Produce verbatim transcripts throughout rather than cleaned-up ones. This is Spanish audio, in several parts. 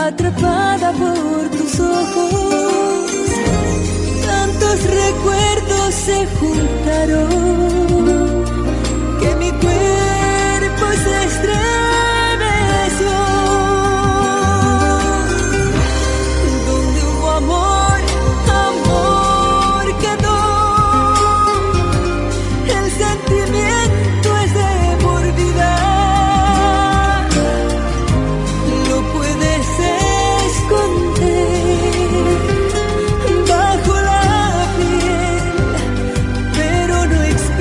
atrapada por tus ojos. Tantos recuerdos se juntaron que mi cuerpo se estremeció. Donde hubo amor, amor quedó. El sentimiento es de por vida. Lo puedes esconder bajo la piel, pero no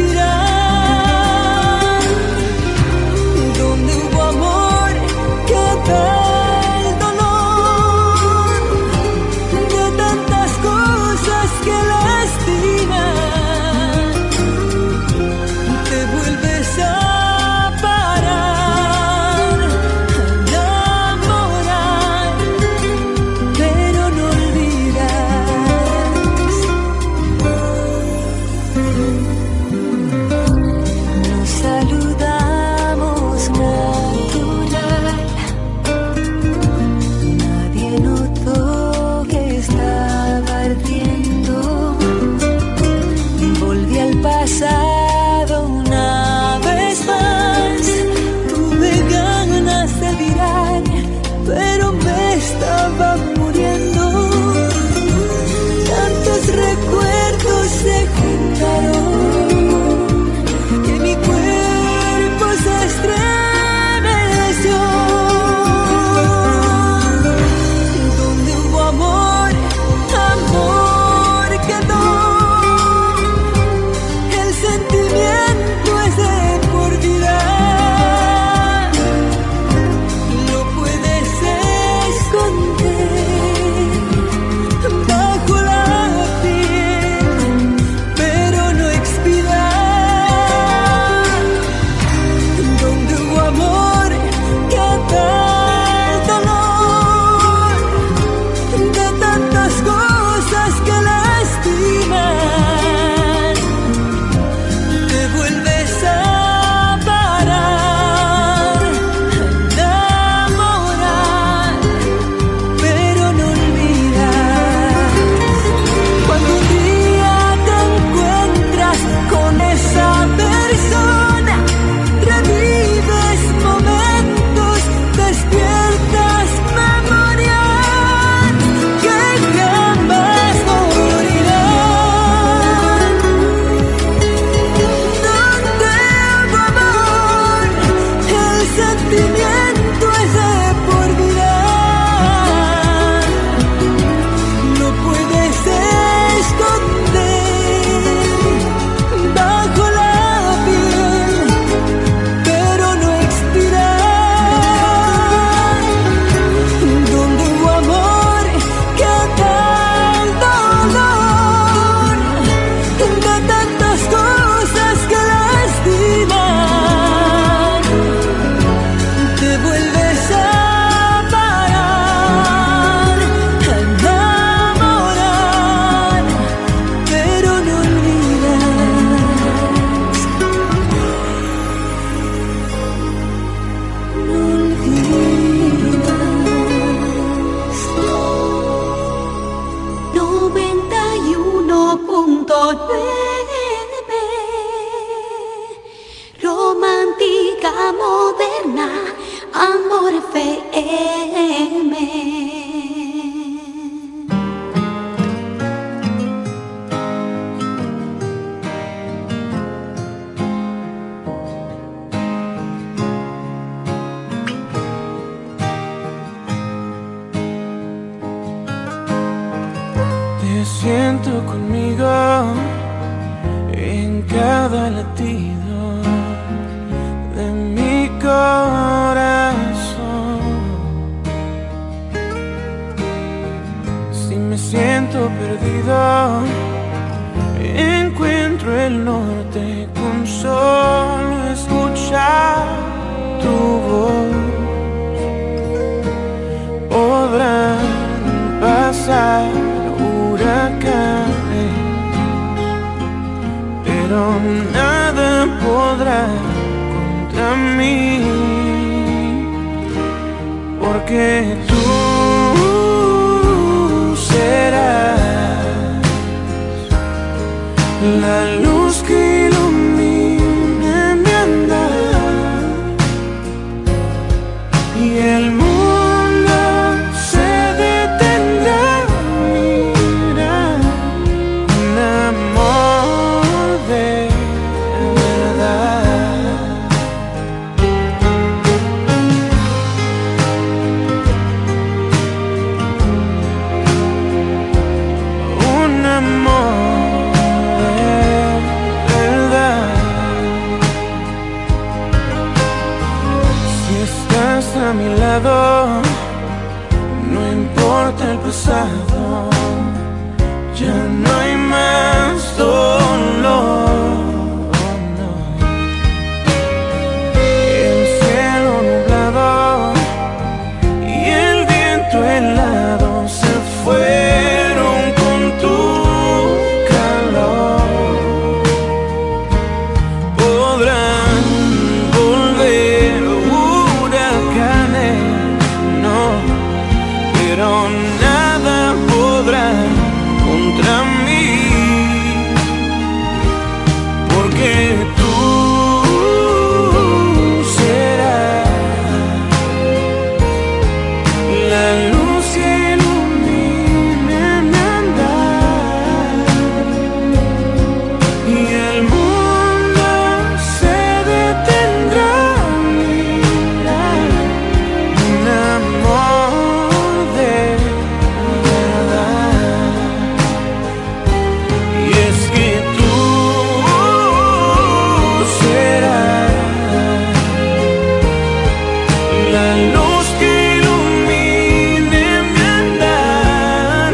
expirar. Donde hubo amor queda el dolor de tantas cosas que lastiman. Te vuelves a parar, a enamorar, pero no olvidas. Nos saludamos natural. Nadie notó que estaba ardiendo. Volví al pasado una vez más. Tuve ganas de mirar, pero me estaba muriendo. Tantos recuerdos se juntaron que mi cuerpo se estremeció. Donde hubo amor, amor quedó. El sentimiento es de por vida. Lo puedes esconder bajo la piel, pero no expirar. Donde hubo amor queda el dolor de tantas cosas que lastiman. Te vuelves a parar, a enamorar, pero no olvidas. Cuando un día te encuentras con esa persona, revives momentos, despiertas memorias que jamás morirán. Donde hubo amor, el sentimiento es de por vida. Lo puedes esconder bajo la piel, pero no expirar. Donde hubo amor queda el dolor de tantas cosas que lastiman. Te vuelves a parar, a enamorar, pero no olvidas. No olvidas. noventa y uno punto nueve Romántica moderna, Amor F M. Te siento conmigo en cada latido de mi corazón. Si me siento perdido, encuentro el norte con solo escuchar tu voz. Podrán pasar huracanes, pero nada podrá contra mí, porque tú la luz que ilumine mi andar, y el mundo se detendrá a mirar un amor de verdad. Un amor de verdad. Si estás a mi lado, no importa el pasado, ya no hay más dolor. No. El cielo nublado y el viento helado se fueron con tu calor. Podrán volver huracanes, no, pero nada podrá contra mí, porque tú serás la luz que ilumine mi andar, y el mundo se detendrá a mirar un amor de verdad. Y es que tú serás la luz que ilumine mi andar,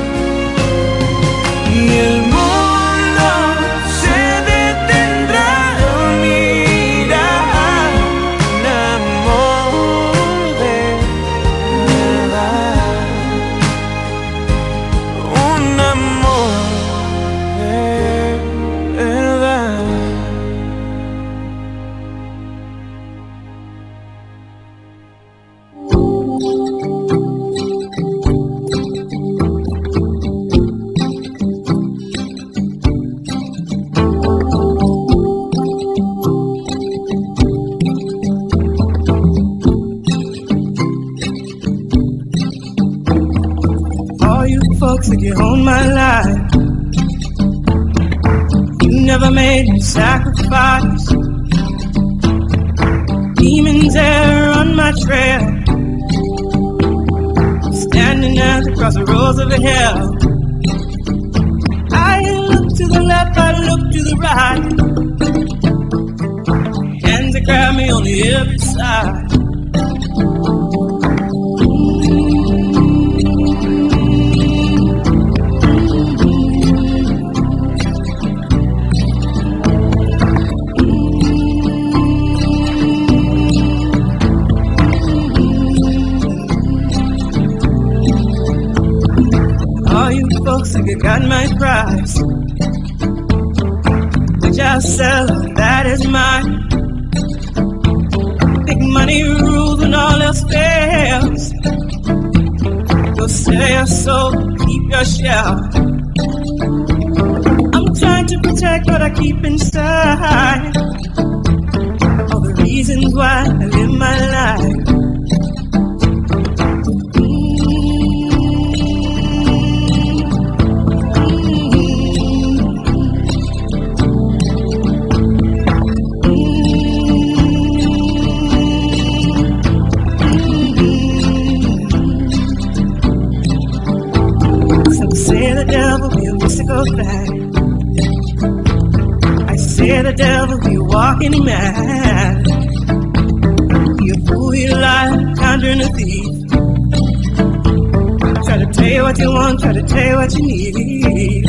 y el mundo se detendrá a mirar un amor de verdad, un amor de verdad. All you folks that you own my life, you never made me sacrifice. Demons there on my trail, standing at the crossroads of hell. I look to the left, I look to the right, hands that grab me on the other side. All you folks think you got my price, I just sell that is mine. Big money rules when all else fails. Go sell your soul, keep your shell. I'm trying to protect what I keep inside, all the reasons why I live my life. Some say the devil be a mystical thing, I say the devil be walking mad. Be a fool, you lie, conjuring a thief. Try to tell you what you want, try to tell you what you need.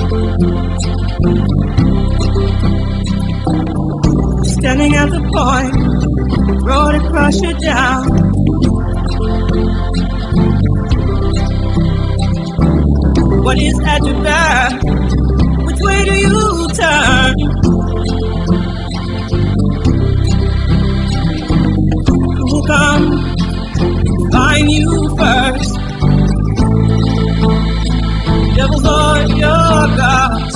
Standing at the point to crush you down. What is at your back? Which way do you turn? Who will come find you first? Devils are your gods.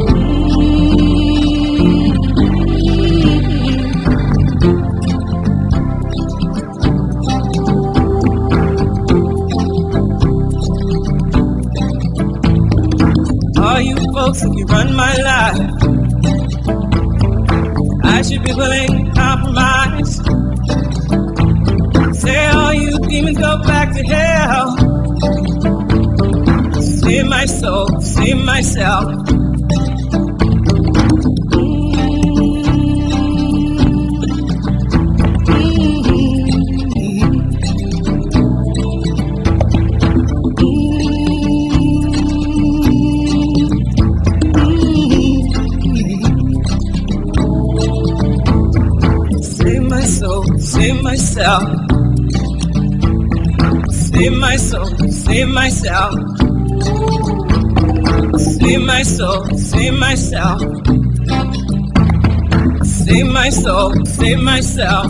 All you folks, if you run my life, I should be willing to compromise. Say all you demons go back to hell. Save my soul, save myself. Save myself. Save my soul, save myself. Save my soul, save myself. Save my soul, save myself.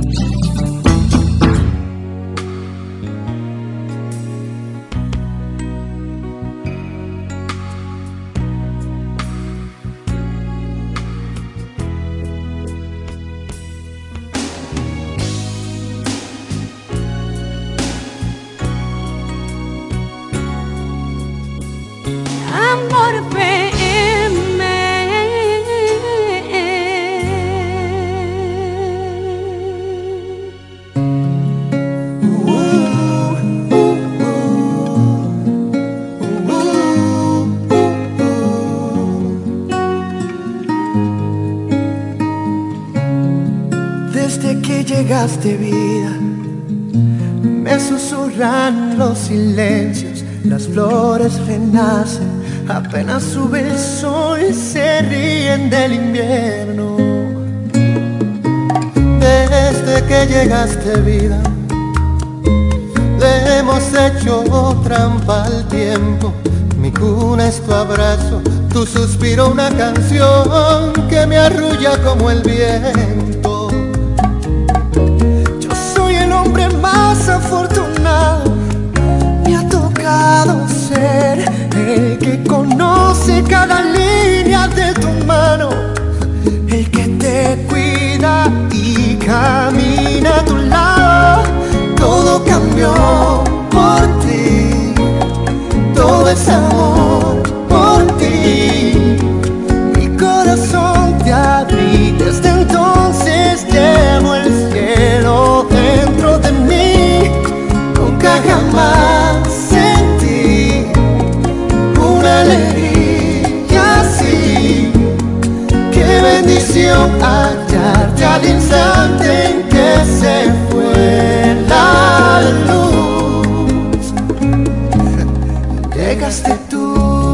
De vida, me susurran los silencios, las flores renacen, apenas sube el sol, se ríen del invierno. Desde que llegaste vida, le hemos hecho trampa al tiempo. Mi cuna es tu abrazo, tu suspiro una canción que me arrulla como el viento. Más afortunado, me ha tocado ser el que conoce cada línea de tu mano, el que te cuida y camina a tu lado. Todo cambió por ti, todo es amor por ti. Mi corazón te abrí, desde entonces llevo el cielo dentro de mí. Nunca jamás sentí una alegría así. Qué bendición hallarte al instante en que se fue la luz. Llegaste tú.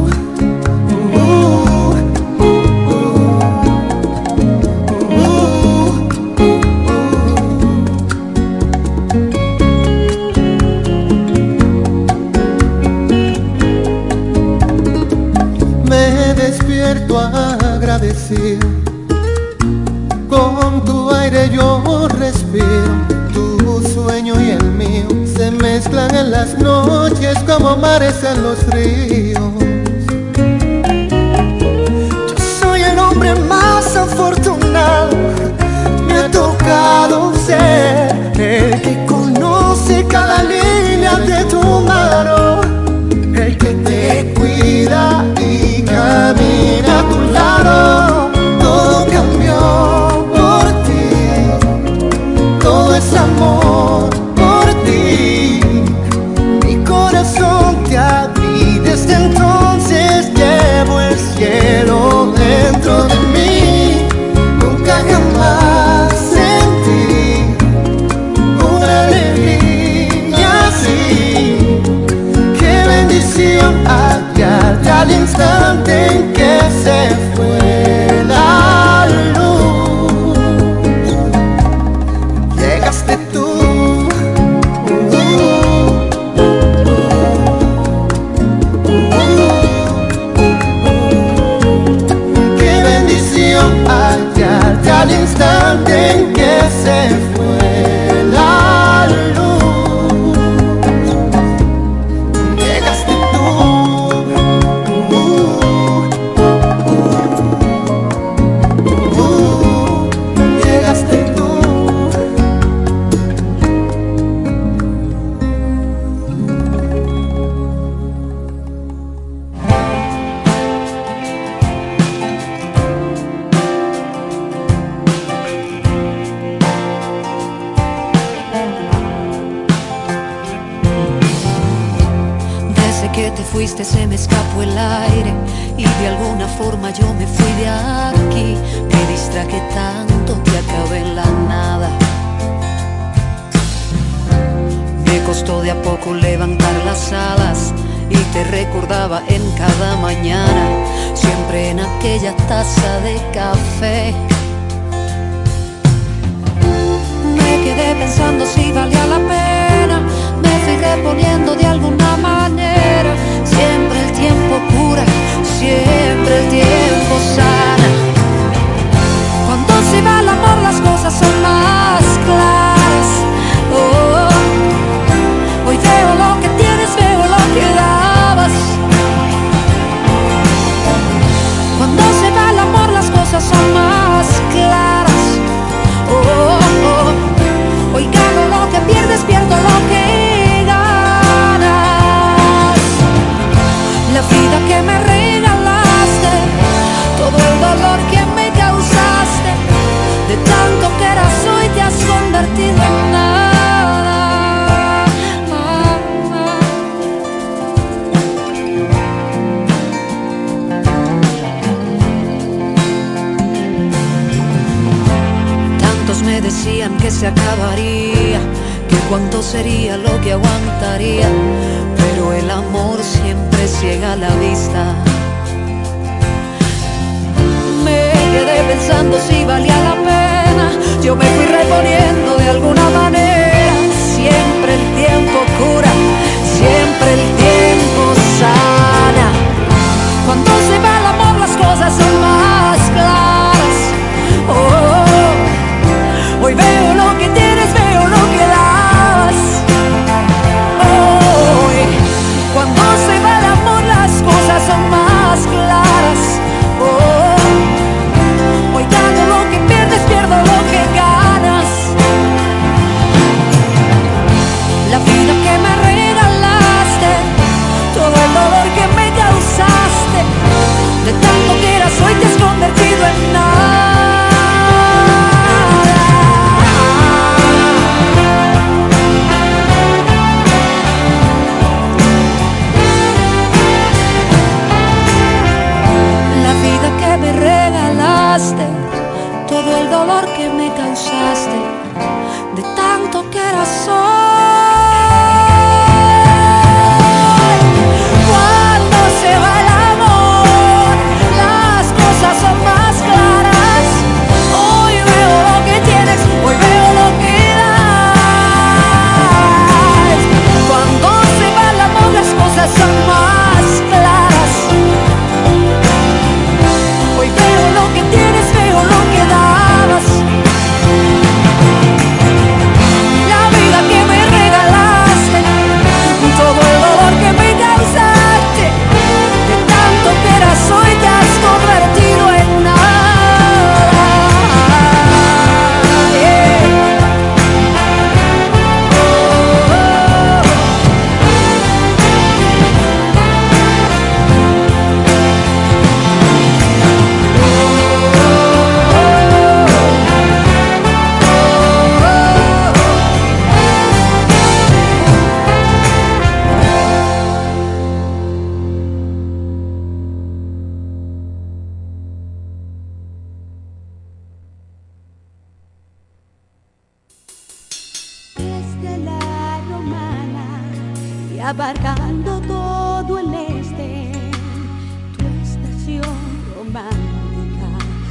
Agradecido, con tu aire yo respiro, tu sueño y el mío se mezclan en las noches como mares en los ríos. Yo soy el hombre más afortunado, me ha tocado ser el que conoce cada línea de tu mano, el que te cuida y camina a tu lado. Todo cambió por ti, todo es amor por ti. Mi corazón te abrí, desde entonces llevo el cielo dentro de mí. Nunca jamás sentí una alegría así. Qué bendición hallarte al instante en que se fue la luz. Llegaste se fue la luz, llegaste tú, uh, uh, uh, llegaste tú. Que te fuiste se me escapó el aire y de alguna forma yo me fui de aquí. Me distraje tanto que acabé en la nada. Me costó de a poco levantar las alas y te recordaba en cada mañana, siempre en aquella taza de café. Me quedé pensando si valía la pena, me fui reponiendo de alguna manera. Siempre el tiempo cura, siempre el tiempo sana. Cuando se va el amor las cosas son más claras. Oh, hoy veo lo que tienes, veo lo que dabas. Cuando se va el amor las cosas son más claras. Oh, oh, hoy gano lo que pierdes, pierdo lo que ganas. La vida que me regalaste, todo el dolor que me causaste, de tanto que eras hoy te has convertido en nada. Tantos me decían que se acabaría, que cuánto sería lo que aguantaría, pero el amor siempre ciega la vista. Me quedé pensando si valía la pena, yo me fui reponiendo de alguna manera. Siempre el tiempo cura, siempre el tiempo sana. Cuando se va el amor las cosas son más claras. Oh, hoy veo lo que tienes, veo lo que das. Cuando se va el amor las cosas son más claras. Oh, hoy gano lo que pierdes, pierdo lo que ganas. La vida que me regalaste, todo el dolor que me causaste, de tanto que eras hoy te has convertido en nada. Me regalaste, todo el dolor que me causaste, de tanto que eras hoy. Cuando se va el amor, las cosas son más claras. Hoy veo lo que tienes, hoy veo lo que das. Cuando se va el amor, las cosas son más claras. Hoy veo lo que tienes, veo lo que dabas. La vida que me regalaste, todo el dolor que me causaste, de tanto que eras hoy te has convertido en nada. Yeah. Desde la Romana y abarcando todo el este, tu estación romántica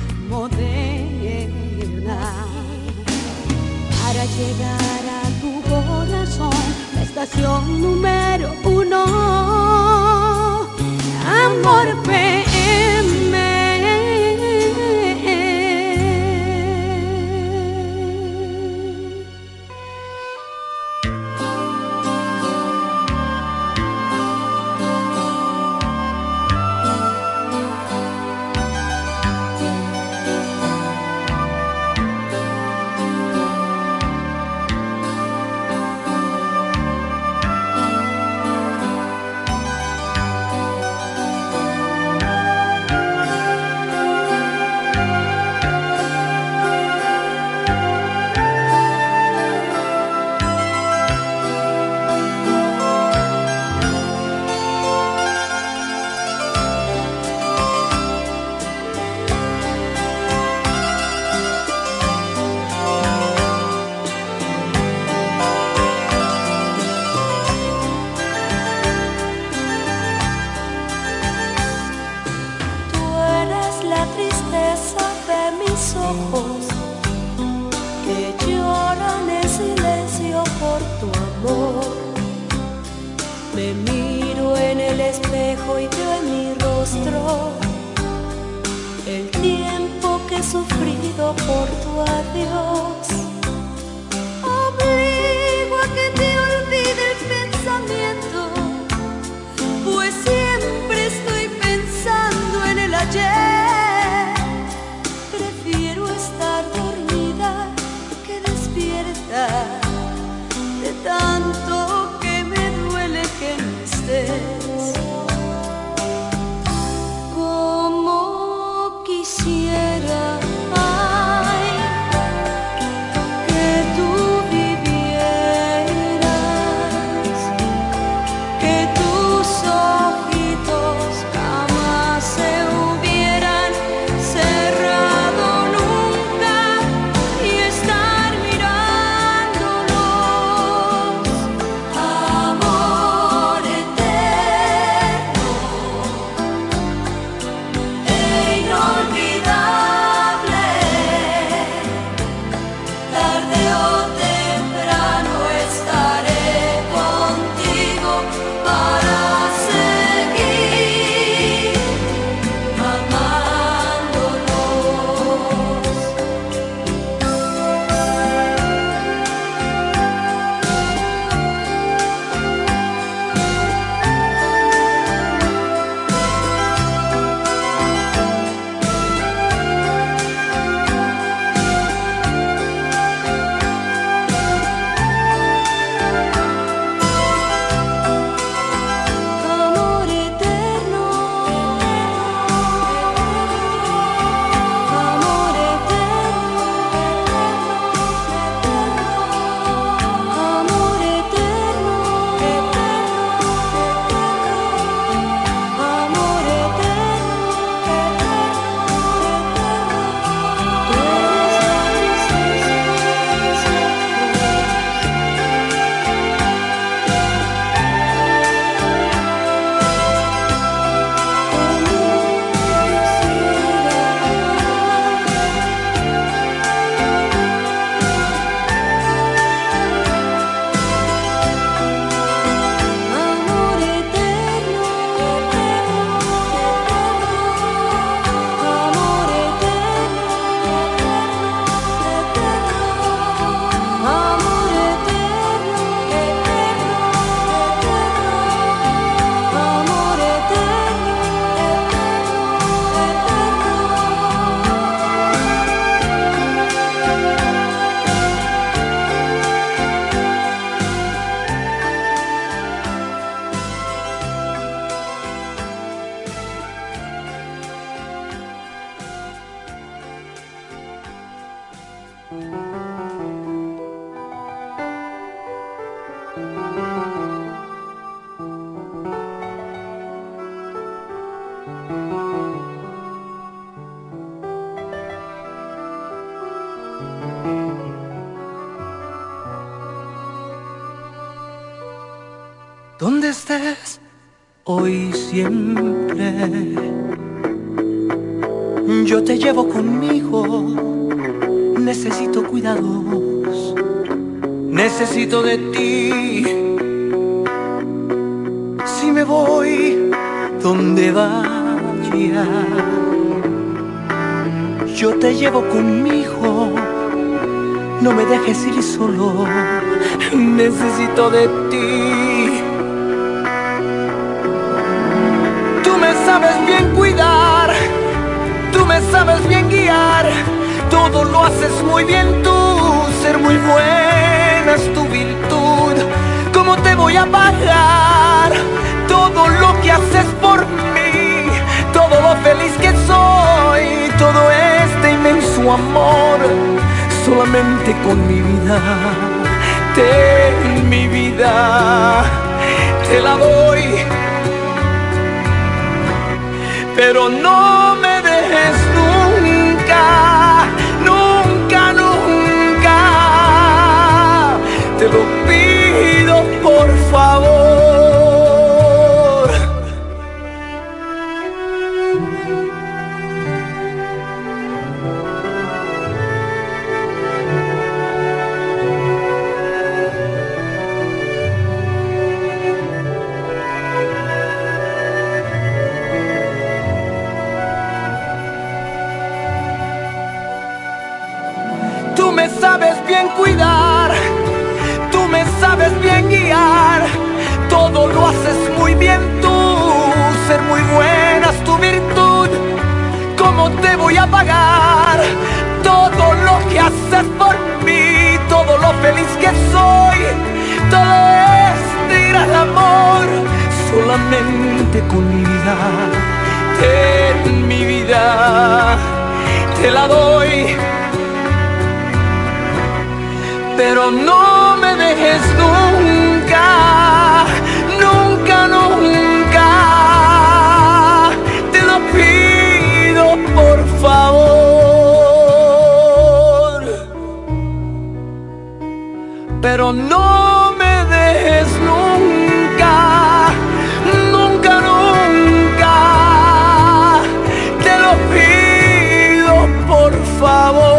moderna, para llegar a tu corazón, la estación número uno, Amor F M. espejo y veo en mi rostro el tiempo que he sufrido por tu adiós. Obligo a que te olvide el pensamiento, pues siempre estoy pensando en el ayer. Prefiero estar dormida que despierta, de tanto que me duele que no estés. Como quisiera, ay, que tú vivieras, que tus ojitos jamás se hubieran cerrado nunca y estar mirándonos. Amor eterno e inolvidable, tarde o temprano estaré contigo para seguir amándonos. Amor eterno, amor eterno, amor eterno, amor Donde estés hoy siempre, yo te llevo conmigo. Necesito cuidados, necesito de ti. Si me voy donde vaya, yo te llevo conmigo. No me dejes ir solo, necesito de ti. Tú me sabes bien cuidar, tú me sabes bien guiar. Todo lo haces muy bien tú, ser muy buena es tu virtud. ¿Cómo te voy a pagar todo lo que haces por mí? Todo lo feliz que soy, todo este inmenso amor. Solamente con mi vida, ten mi vida, te la doy. Pero no me dejes nunca, nunca, nunca. Te lo pido por favor. bien tú, ser muy buena es tu virtud. ¿Cómo te voy a pagar todo lo que haces por mí? Todo lo feliz que soy, todo este gran amor, solamente con mi vida, en mi vida te la doy. Pero no me dejes nunca, nunca, nunca, te lo pido por favor. Pero no me dejes nunca, nunca, nunca, te lo pido por favor.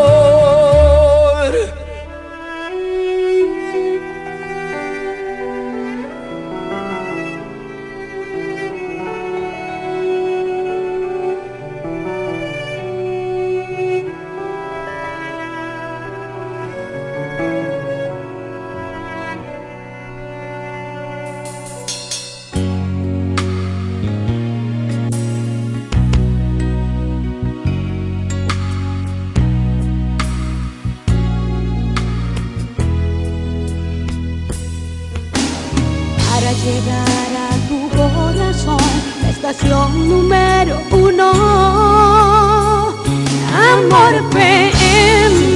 Llegar a tu corazón, la estación número uno, Amor P M.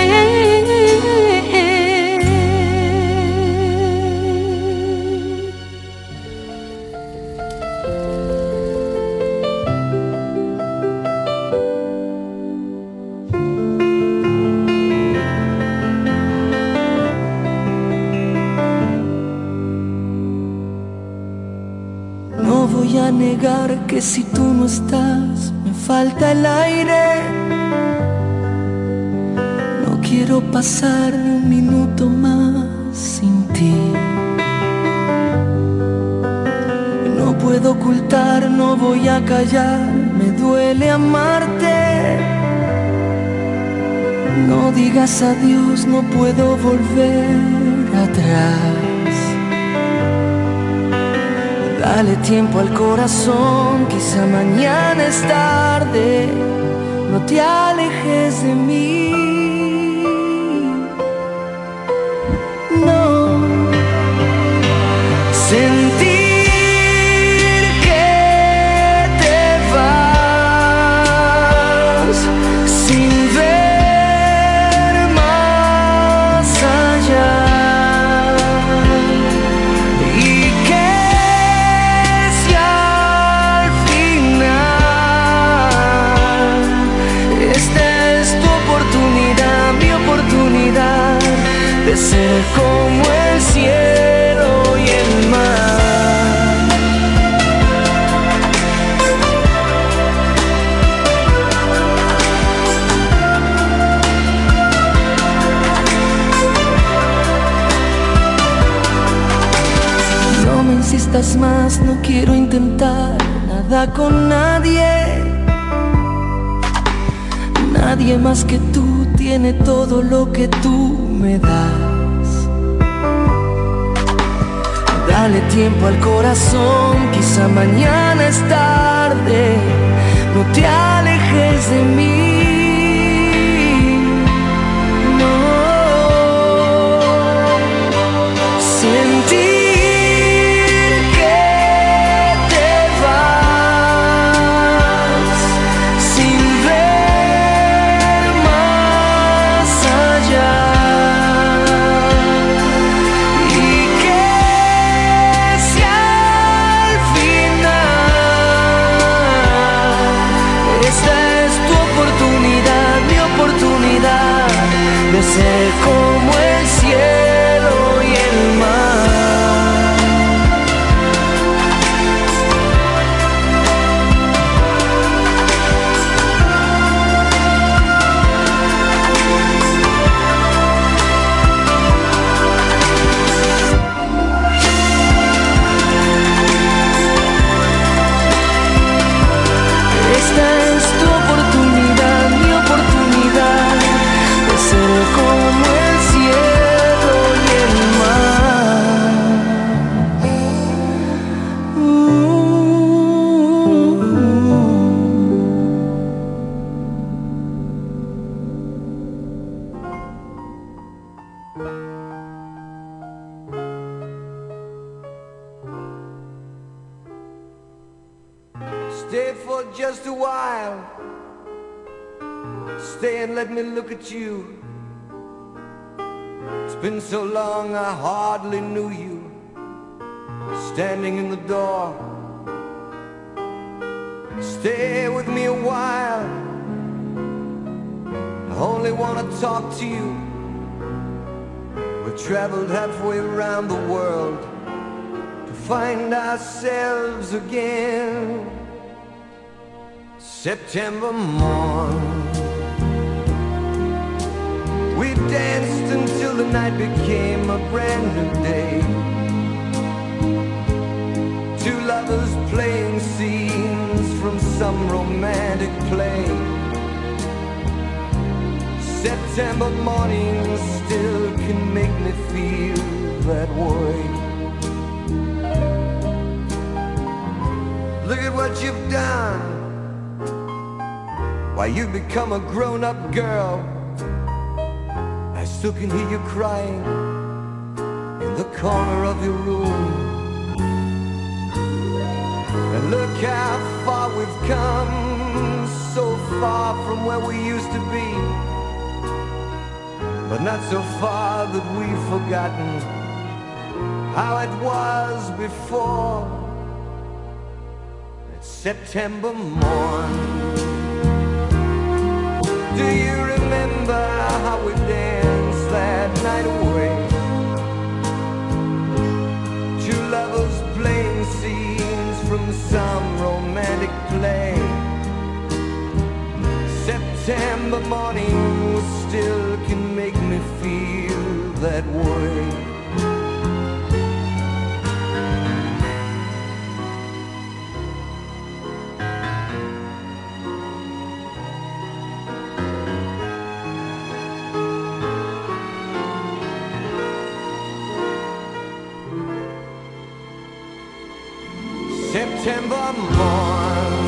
No voy a negar que si tú no estás, me falta el aire. No quiero pasar ni un minuto más sin ti. No puedo ocultar, no voy a callar, me duele amarte. No digas adiós, no puedo volver atrás. Dale tiempo al corazón, quizá mañana es tarde, no te alejes de mí. No. Sentir que te vas sin ver más allá. Y que de ser como el cielo y el mar. No me insistas más, no quiero intentar nada con nadie. Nadie más que tú tiene todo lo que tú me das. Dale tiempo al corazón, quizá mañana es tarde, no te alejes de mí. No. Sentir esta es tu oportunidad Stay for just a while. Stay and let me look at you. It's been so long I hardly knew you. Standing in the door. Stay with me a while. I only want to talk to you. We've traveled halfway around the world to find ourselves again. September morn, we danced until the night became a brand new day. Two lovers playing scenes from some romantic play. September morning still can make me feel that way. Look at what you've done. Why, you've become a grown-up girl. I still can hear you crying in the corner of your room. And look how far we've come, so far from where we used to be, but not so far that we've forgotten how it was before. It's September morn. Do you remember how we danced that night away? Two lovers playing scenes from some romantic play. September morning still can make me feel that way. September morn,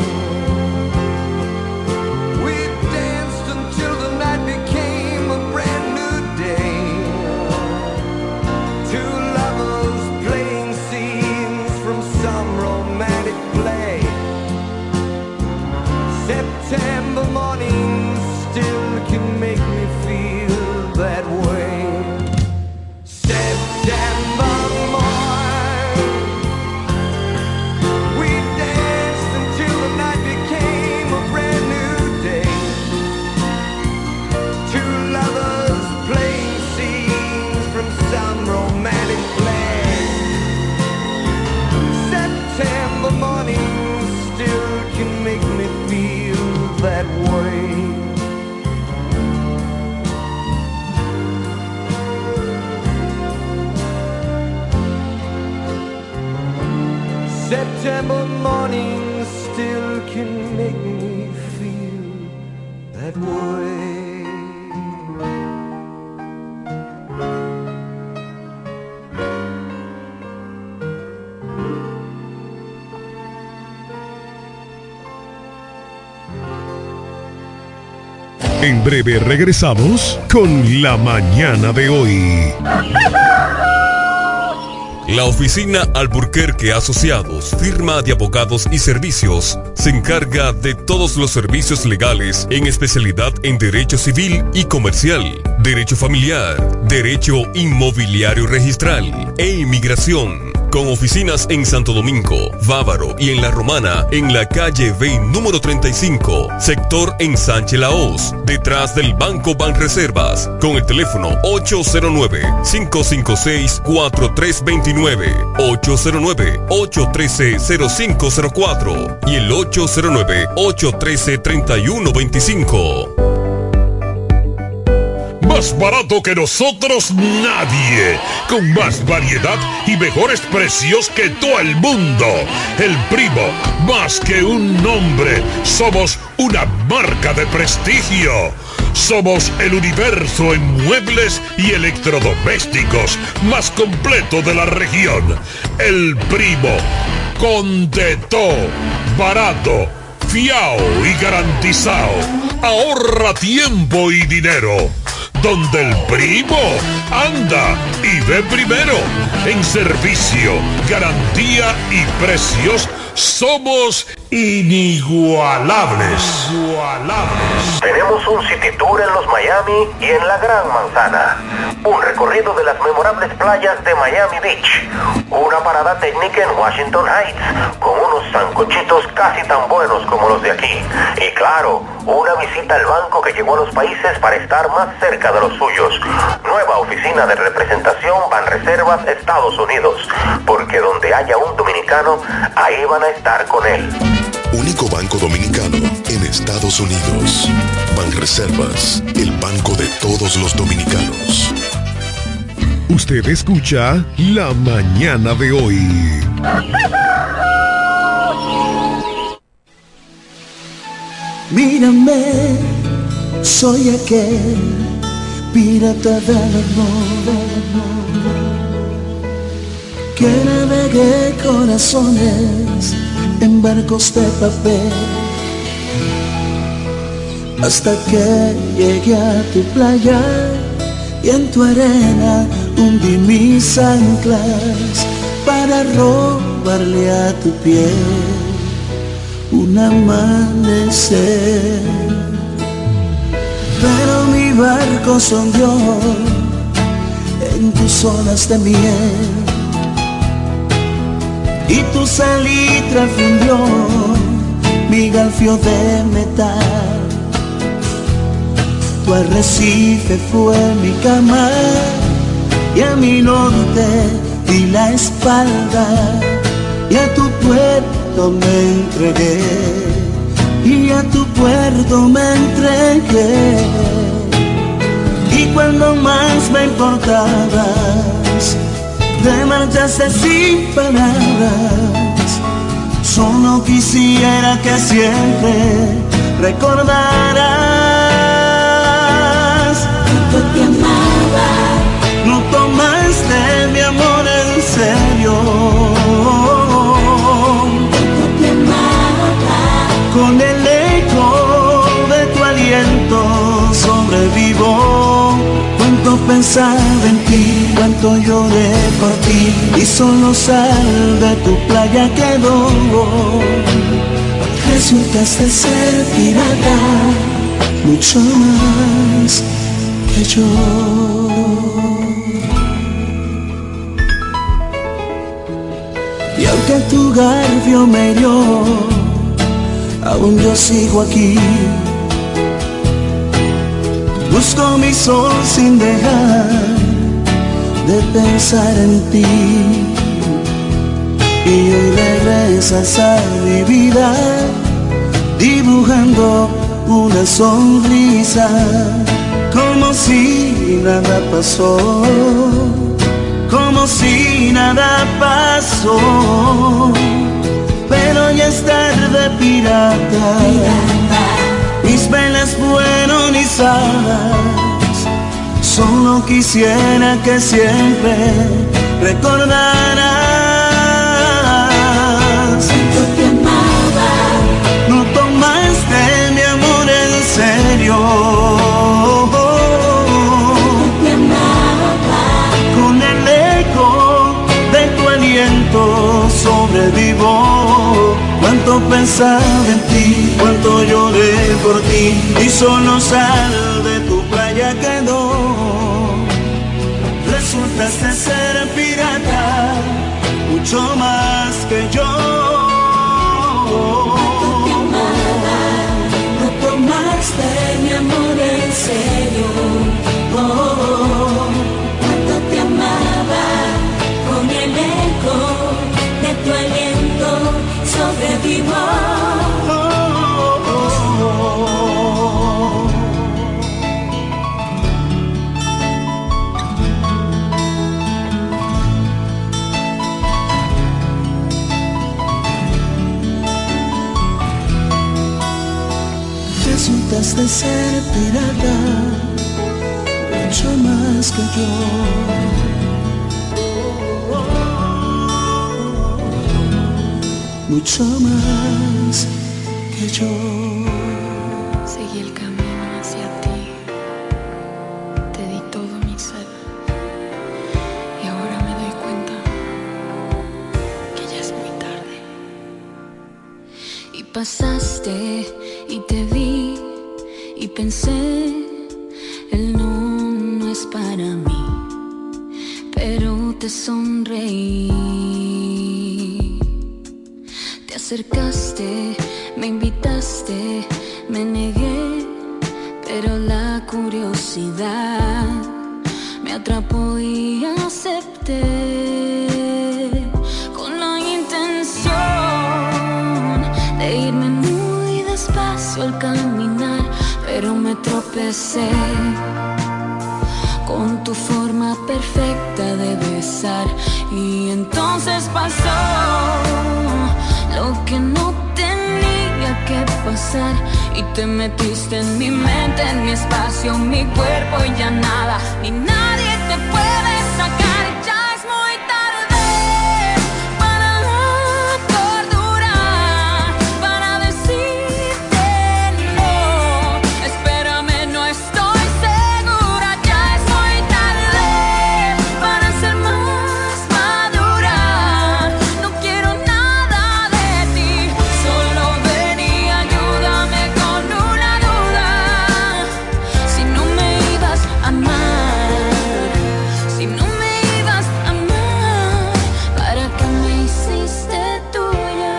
we danced until the night became a brand new day. Two lovers playing scenes from some romantic play. September morning still can make me feel that way. September that way. September morning still can make me feel that way. En breve regresamos con La Mañana de hoy. La oficina Alburquerque Asociados, firma de abogados y servicios, se encarga de todos los servicios legales en especialidad en derecho civil y comercial, derecho familiar, derecho inmobiliario registral e inmigración. Con oficinas en Santo Domingo, Bávaro y en La Romana, en la calle B número treinta y cinco, sector Ensanche La Hoz, detrás del Banco Banreservas, con el teléfono ocho cero nueve, cinco cinco seis, cuatro tres dos nueve, ocho cero nueve, ocho uno tres, cero cinco cero cuatro y el ocho cero nueve, ocho uno tres, tres uno dos cinco. Más barato que nosotros nadie, con más variedad y mejores precios que todo el mundo. El Primo, más que un nombre, somos una marca de prestigio. Somos el universo en muebles y electrodomésticos más completo de la región. El Primo, con de todo, barato, fiao y garantizado. Ahorra tiempo y dinero. donde el primo anda y ve primero. En servicio, garantía y precios somos inigualables. Inigualables. Tenemos un city tour en los Miami y en la Gran Manzana. Un recorrido de las memorables playas de Miami Beach. Una parada técnica en Washington Heights con unos sancochitos casi tan buenos como los de aquí. Y claro, una visita al banco que llegó a los países para estar más cerca de los suyos. Nueva oficina de representación Banreservas Estados Unidos. Porque donde haya un dominicano, ahí van a estar con él. Único banco dominicano en Estados Unidos. Banreservas, el banco de todos los dominicanos. Usted escucha La Mañana de Hoy. Mírame, soy aquel pirata del amor que navegué corazones en barcos de papel hasta que llegué a tu playa y en tu arena hundí mis anclas para robarle a tu piel un amanecer. Pero mi barco se hundió en tus olas de miel y tu salitre fundió mi galfio de metal. Tu arrecife fue mi cama y a mi norte di la espalda y a tu puerto me entregué y a tu puerto me entregué. Y cuando más me importabas te marchaste sin palabras. Solo quisiera que siempre recordaras cuánto te amaba. No tomaste mi amor en serio. Cuánto te amaba. Con el eco de tu aliento sobrevivo. Cuánto pensaba en ti, cuánto lloré por ti, y solo sal de tu playa quedó. Resultaste ser pirata, mucho más que yo. Y aunque tu garfio me hirió, aún yo sigo aquí. Busco mi sol sin dejar de pensar en ti. Y hoy regresas a mi vida dibujando una sonrisa, como si nada pasó, como si nada pasó. Pero ya es tarde, pirata, mis velas fueron izadas. Solo quisiera que siempre recordaras cuánto te amaba. no tomaste mi amor en serio. Cuánto te amaba. Con el eco de tu aliento sobrevivo. Cuánto pensaba en ti, cuánto lloré por ti, y solo sal de tu playa quedó. Resultaste ser pirata, mucho más que yo. No tomaste mi amor en serio. Oh, cuánto te amaba. Con el eco de tu aliento sobrevivo. Resultaste ser pirata, mucho más que yo. Mucho más que yo. Seguí el camino hacia ti. Te pasaste y te vi y pensé, él no, no es para mí, pero te sonreí. Te acercaste, me invitaste, me negué, pero la curiosidad me atrapó y acepté, con la intención de irme muy despacio al caminar, pero me tropecé con tu forma perfecta de besar, y entonces pasó lo que no tenía que pasar, y te metiste en mi mente, en mi espacio, en mi cuerpo, y ya nada ni nadie te puede sacar. Ya es muy tarde para la cordura, para decirte no. Espérame, no estoy segura. Ya es muy tarde para ser más madura. No quiero nada de ti, solo ven y ayúdame con una duda. Si no me ibas a amar, si no me ibas a amar, ¿para qué me hiciste tuya?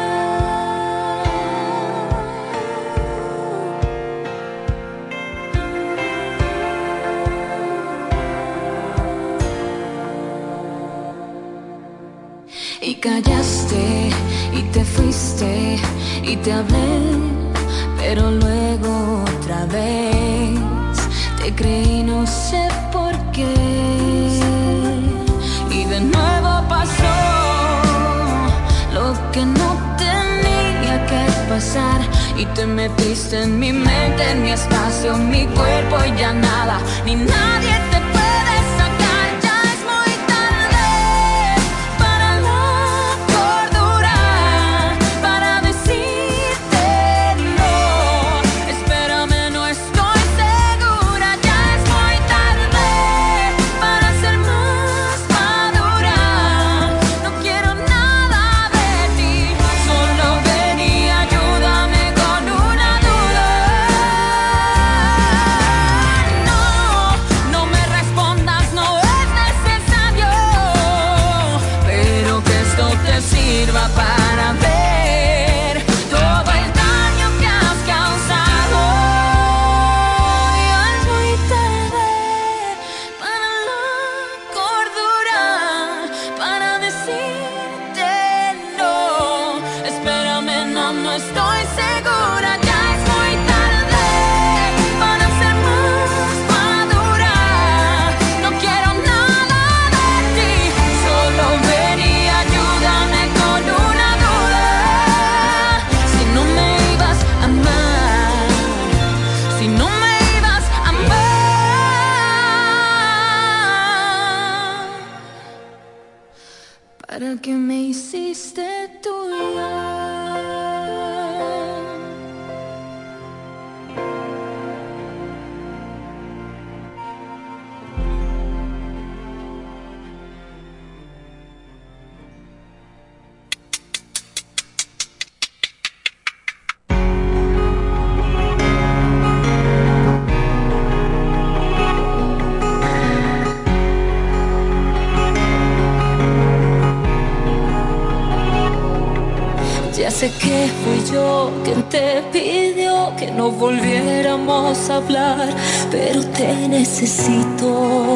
Y callaste y te fuiste y te hablé, pero luego otra vez te creí, no sé por qué. Y de nuevo pasó lo que no tenía que pasar, y te metiste en mi mente, en mi espacio, en mi cuerpo, y ya nada ni nadie te puede sacar. Ya es muy tarde para la cordura, para decirte no. Espérame, no estoy segura. Ya es muy tarde para ser más madura. No quiero nada de ti, solo ven y ayúdame con una duda. No, no me respondas, no es necesario, pero que esto te sirva para ver todo el daño que has causado. Ya es muy tarde para la cordura, para decirte no. Espérame, no, no estoy segura. Ya es muy tarde para ser más madura. No quiero nada de ti, solo ven y ayúdame con una duda. Si no me ibas a amar, si no me ibas a amar, ¿para qué me hiciste tuya? Ya sé que fui yo quien te pidió que no volviéramos a hablar, pero te necesito.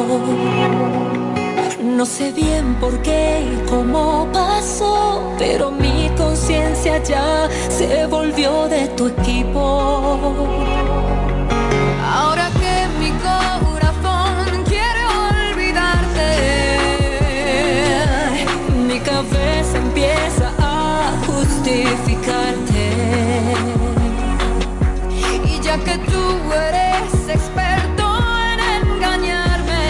No sé bien por qué y cómo pasó, pero mi conciencia ya se volvió de tu equipo. Ahora que mi corazón quiere olvidarte, mi cabeza empieza a justificarte. Y ya que tú eres experto en engañarme,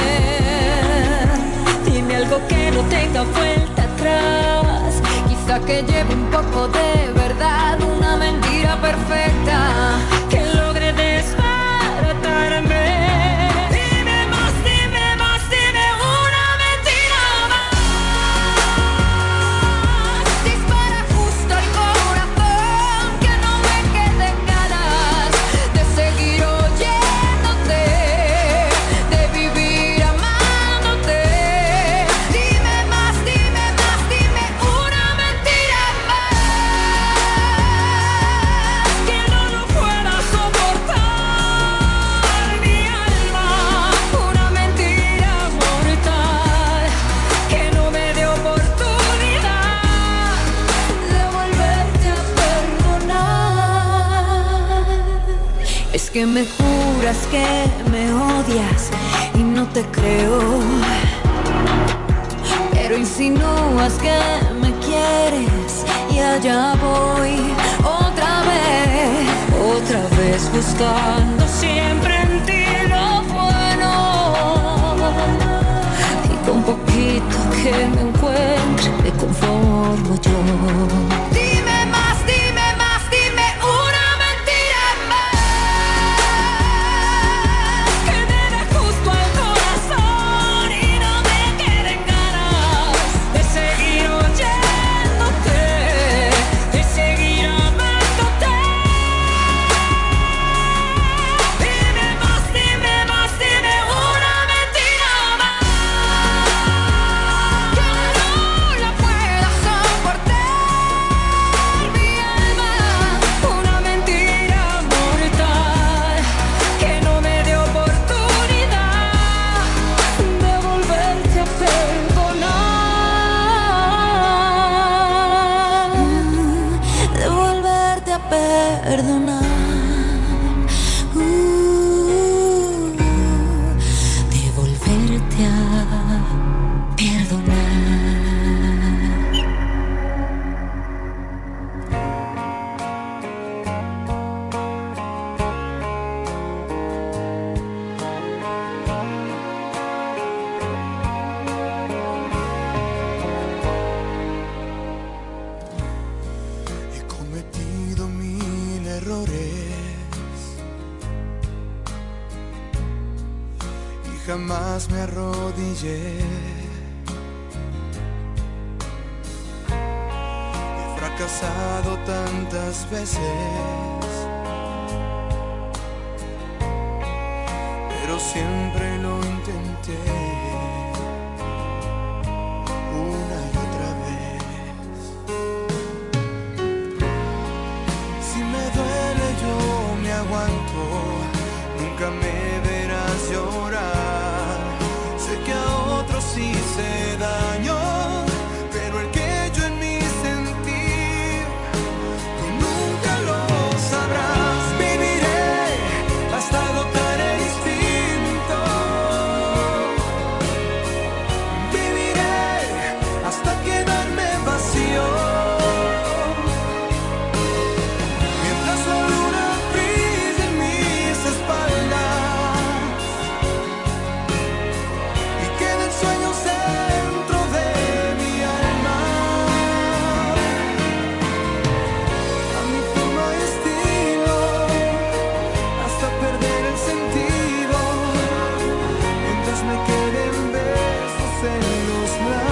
dime algo que no tenga vuelta atrás. Quizá que lleve un poco de verdad, una mentira perfecta que logre desbaratarme. Dime más, dime más, dime una mentira más. Dispara justo el corazón. que me juras que me odias y no te creo, pero insinúas que me quieres y allá voy otra vez, otra vez buscando siempre en ti lo bueno, y con poquito que me encuentre me conformo yo. Dime más, dime más, dime una mentira más que me dé justo al corazón y no me queden ganas de seguir oyéndote, de seguir amándote. Dime más, dime más, dime una mentira más que no la pueda soportar mi alma, una mentira mortal que no me dé oportunidad de volverte a perdonar, de volverte a perdonar, uh, de volverte a perdonar. He cometido mil errores y jamás me arrodillé. He fracasado tantas veces, pero siempre lo intenté una y otra vez. Si me duele yo me aguanto, nunca me verás llorar. Sé que a otros hice daño, pero el que yo en mí sentí, tú nunca lo sabrás. Viviré hasta agotar el instinto, viviré hasta quedarme vacío. Mientras la luna brilla en mis espaldas y queden sueños dentro de mi alma, a mi forma y estilo, hasta perder el sentido. Mientras me queden besos en los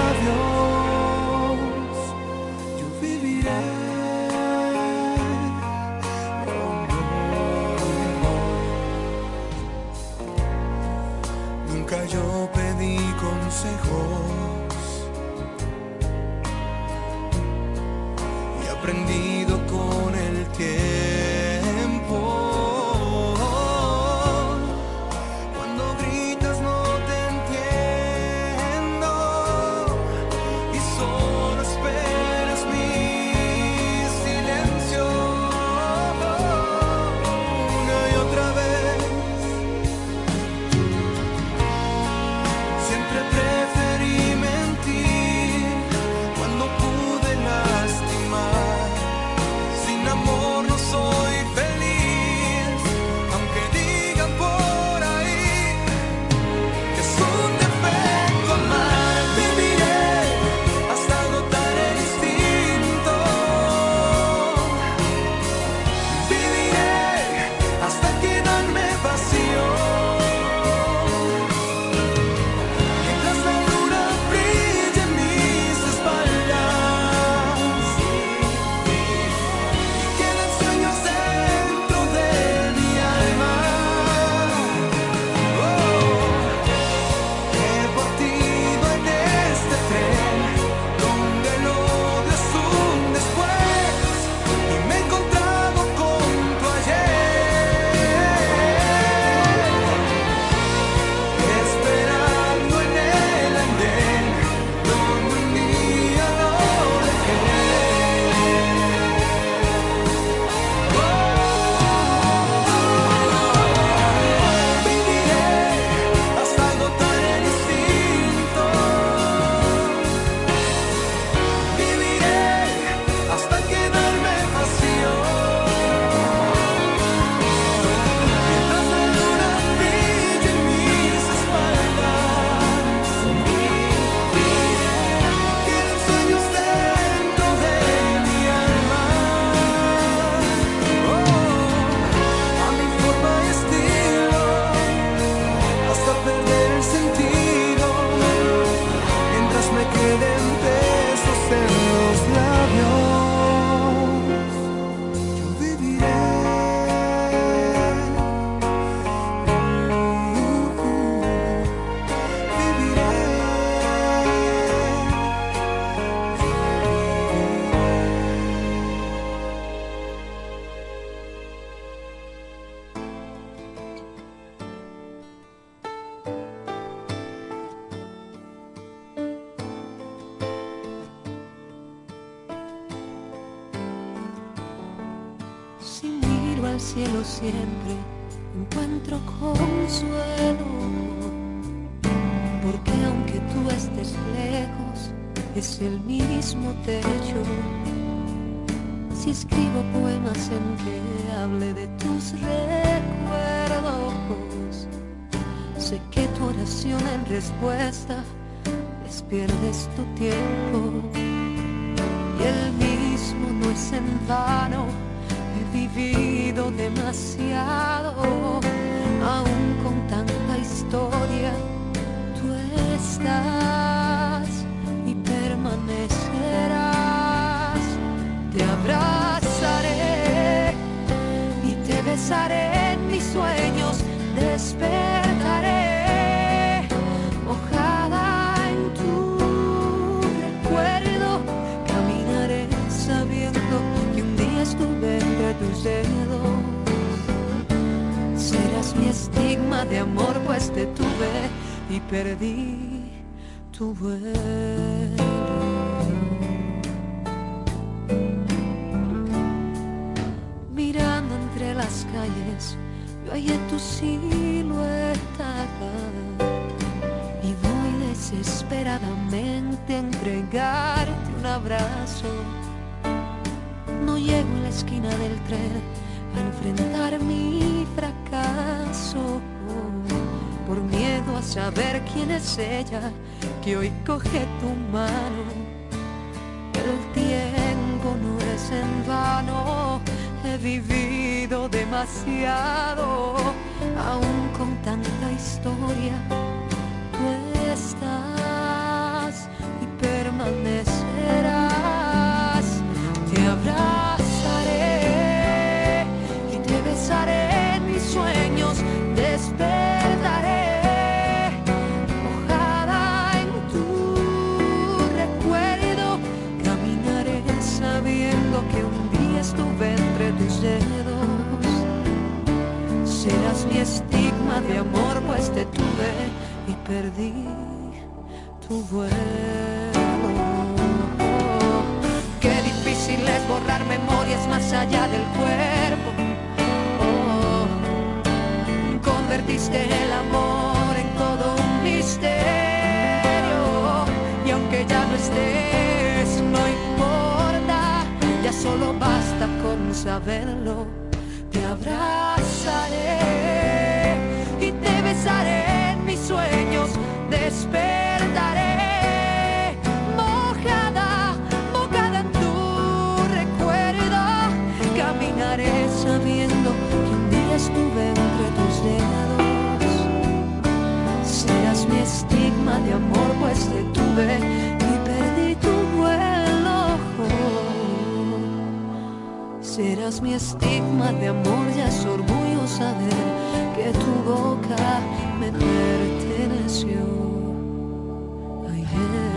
labios, yo viviré. Nunca yo pedí consejos y he aprendido con el tiempo. Cuando gritas no te entiendo y solo esperas mi silencio. Una y otra vez siempre preferí mentir cuando pude lastimar. Si al cielo siempre encuentro consuelo, porque aunque tú estés lejos, es el mismo techo. Si escribo poemas en que hable de tus recuerdos, sé que tu oración en respuesta les pierdes tu tiempo. Y el mismo no es en vano, he vivido demasiado, aún con tanta historia. Tú estás y permanecerás. Te abrazaré y te besaré en mis sueños, despertaré mojada en tu recuerdo, caminaré sabiendo que un día estuve entre tus dedos. Serás mi estigma de amor, pues te tuve y perdí tu vuelo. Mirando entre las calles, yo hallé tu silueta y voy desesperadamente a entregarte un abrazo. No llego a la esquina del tren a enfrentar mi fracaso, por miedo a saber quién es ella que hoy coge tu mano. El tiempo no es en vano, he vivido demasiado, aún con tanta historia. Tú estás y permanecerás. Te abrazaré y te besaré en mis sueños, despertaré mojada en tu recuerdo, caminaré sabiendo que un día estuve entre tus dedos. Serás mi estigma de amor, pues te tuve y perdí tu vuelo. Qué difícil es borrar memorias más allá del cuerpo. Oh, convertiste el amor en todo un misterio, y aunque ya no estés, no importa, ya solo basta con saberlo. Te abrazaré y te besaré en mis sueños, despertaré mojada, mojada en tu recuerdo, caminaré sabiendo que un día estuve entre tus dedos. Serás mi estigma de amor, pues te tuve y perdí tu vuelo. Serás mi estigma de amor, ya es orgullo saber que tu boca me perteneció ayer.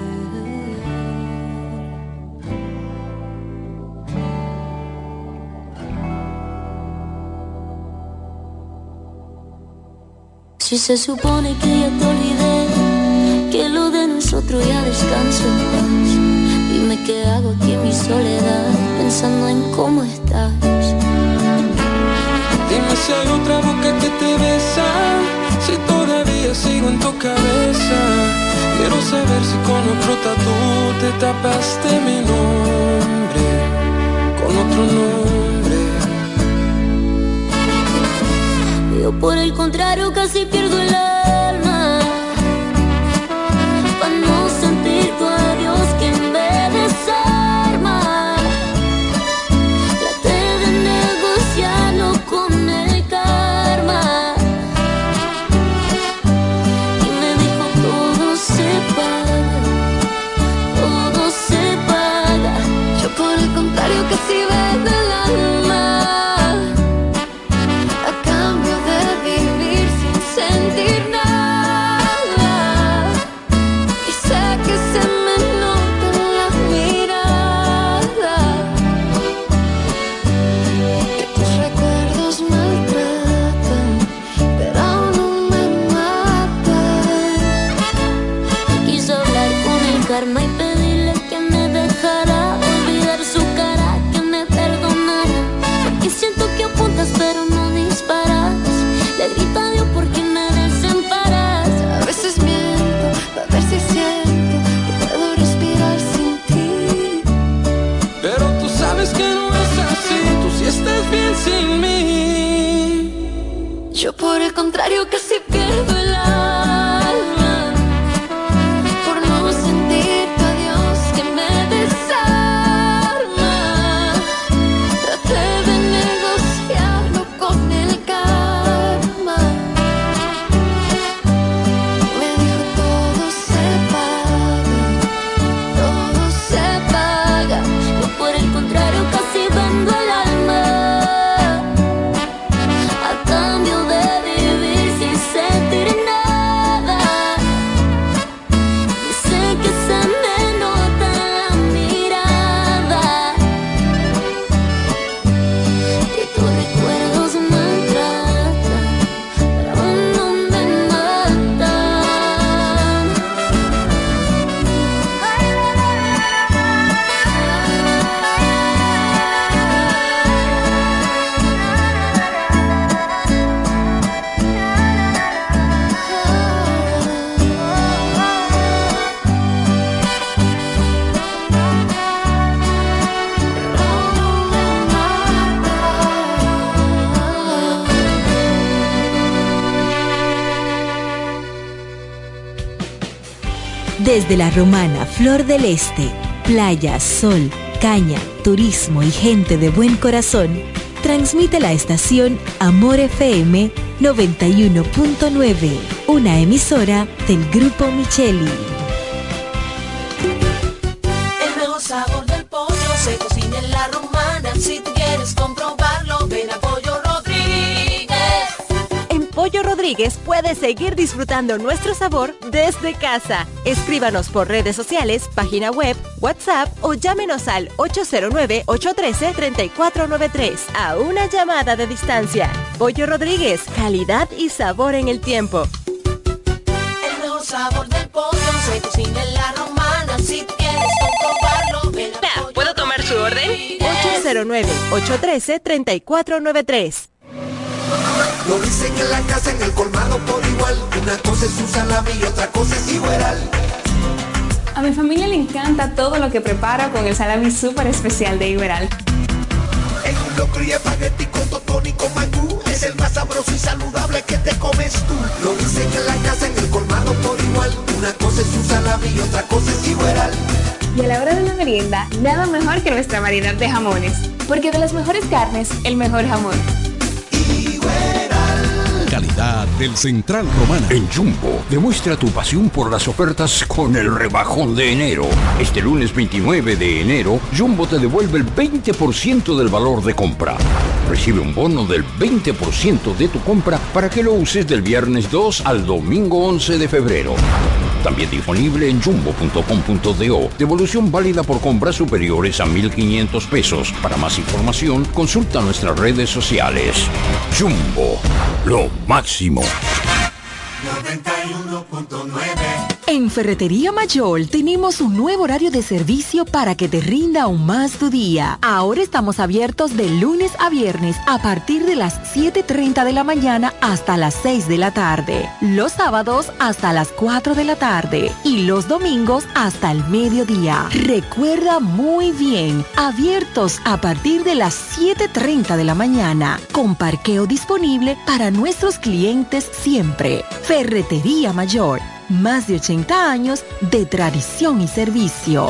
Si se supone que ya te olvidé, que lo de nosotros ya descansa en paz, dime qué hago aquí en mi soledad, pensando en cómo estás. Dime si hay otra boca que te besa, si todavía sigo en tu cabeza. Quiero saber si con otro tatú te tapaste mi nombre, con otro nombre. Yo por el contrario casi pierdo el alma, para no sentir tu adiós que me desarma. Traté de negociarlo con el karma y me dijo todo se paga, todo se paga. Yo por el contrario casi vendo el alma, a cambio de vivir sin sentir nada. Y sé que se me nota en la mirada que tus recuerdos maltratan, pero aún no me matan. Quiso hablar con el karma y pedirle que me dejara olvidar su cara, que me perdonara, porque siento que apunta Yo por el contrario casi pierdo el alma por no sentir tu adiós que me desarma. Traté de negociarlo con el karma. Me dijo todo se paga, todo se paga. Yo por el contrario casi vendo el alma a cambio de vivir sin sentir nada. Y sé que se me nota en la mirada que tus recuerdos maltratan, pero no me matan. Desde la romana Flor del Este, playa, sol, caña, turismo y gente de buen corazón, transmite la estación Amor F M noventa y uno punto nueve, una emisora del Grupo Micheli. El mejor sabor del pollo se cocina en la romana. Si tú quieres comprobarlo, ven a Pollo Rodríguez. En Pollo Rodríguez puedes seguir disfrutando nuestro sabor desde casa. Escríbanos por redes sociales, página web, WhatsApp o llámenos al ocho cero nueve, ocho uno tres, tres cuatro nueve tres a una llamada de distancia. Pollo Rodríguez, calidad y sabor en el tiempo. El mejor sabor del pollo se cocina en la romana. Si tú quieres comprobarlo, ven a Pollo ¿Puedo tomar su orden? Rodríguez. ocho cero nueve, ocho uno tres, tres cuatro nueve tres. Lo dicen en la casa, en el colmado por igual. Una cosa es un salami y otra cosa es Igueral. A mi familia le encanta todo lo que preparo con el salami súper especial de Igueral. En un locro y espagueti con totón y con mangú. Es el más sabroso y saludable que te comes tú. Lo dicen en la casa, en el colmado por igual. Una cosa es un salami y otra cosa es Igueral. Y a la hora de la merienda, nada mejor que nuestra variedad de jamones. Porque de las mejores carnes, el mejor jamón. Calidad del Central Romana. En Jumbo, demuestra tu pasión por las ofertas con el rebajón de enero. Este lunes veintinueve de enero, Jumbo te devuelve el veinte por ciento del valor de compra. Recibe un bono del veinte por ciento de tu compra para que lo uses del viernes dos al domingo once de febrero. También disponible en jumbo punto com punto do. Devolución válida por compras superiores a mil quinientos pesos. Para más información, consulta nuestras redes sociales. Jumbo, lo máximo. noventa y uno punto nueve. En Ferretería Mayor tenemos un nuevo horario de servicio para que te rinda aún más tu día. Ahora estamos abiertos de lunes a viernes a partir de las siete y treinta de la mañana hasta las seis de la tarde. Los sábados hasta las cuatro de la tarde y los domingos hasta el mediodía. Recuerda muy bien, abiertos a partir de las siete y treinta de la mañana, con parqueo disponible para nuestros clientes siempre. Ferretería Mayor. Más de ochenta años de tradición y servicio.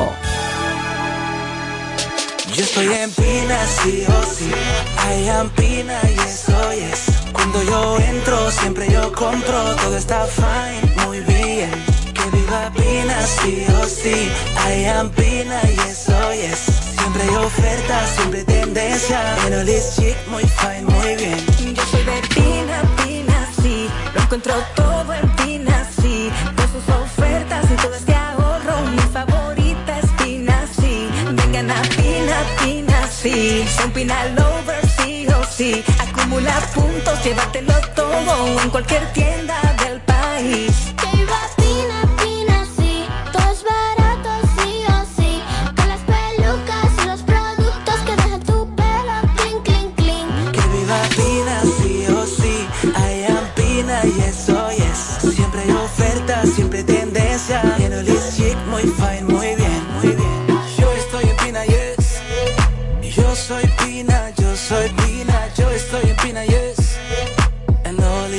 Yo estoy en Pina, sí o sí. I am Pina y eso es. Cuando yo entro, siempre yo compro. Todo está fine, muy bien. Que viva Pina, sí o sí. I am Pina y eso es. Siempre hay ofertas, siempre tendencia. En all is chic, muy fine, muy bien. Yo soy de Pina, Pina, sí. Lo encuentro todo en Pina, sí. Con sus ofertas y todo este ahorro. Mi favorita es Pina, sí. Vengan a Pina, Pina, sí. Son Pina lovers, sí o sí. Acumula puntos, llévatelo todo en cualquier tienda del país. Que viva Pina, Pina, sí. Todo es barato, sí o sí. Con las pelucas y los productos que dejan tu pelo clean, clean, clean. Que viva Pina, sí o sí. I am Pina y eso es. Siempre hay ofertas, siempre tendencia. En all is chic, muy fine, muy bien, muy bien. Yo estoy en Pina, yes. Yo soy Pina, yo soy Pina. Yo estoy en Pina, yes. And all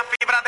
fibra de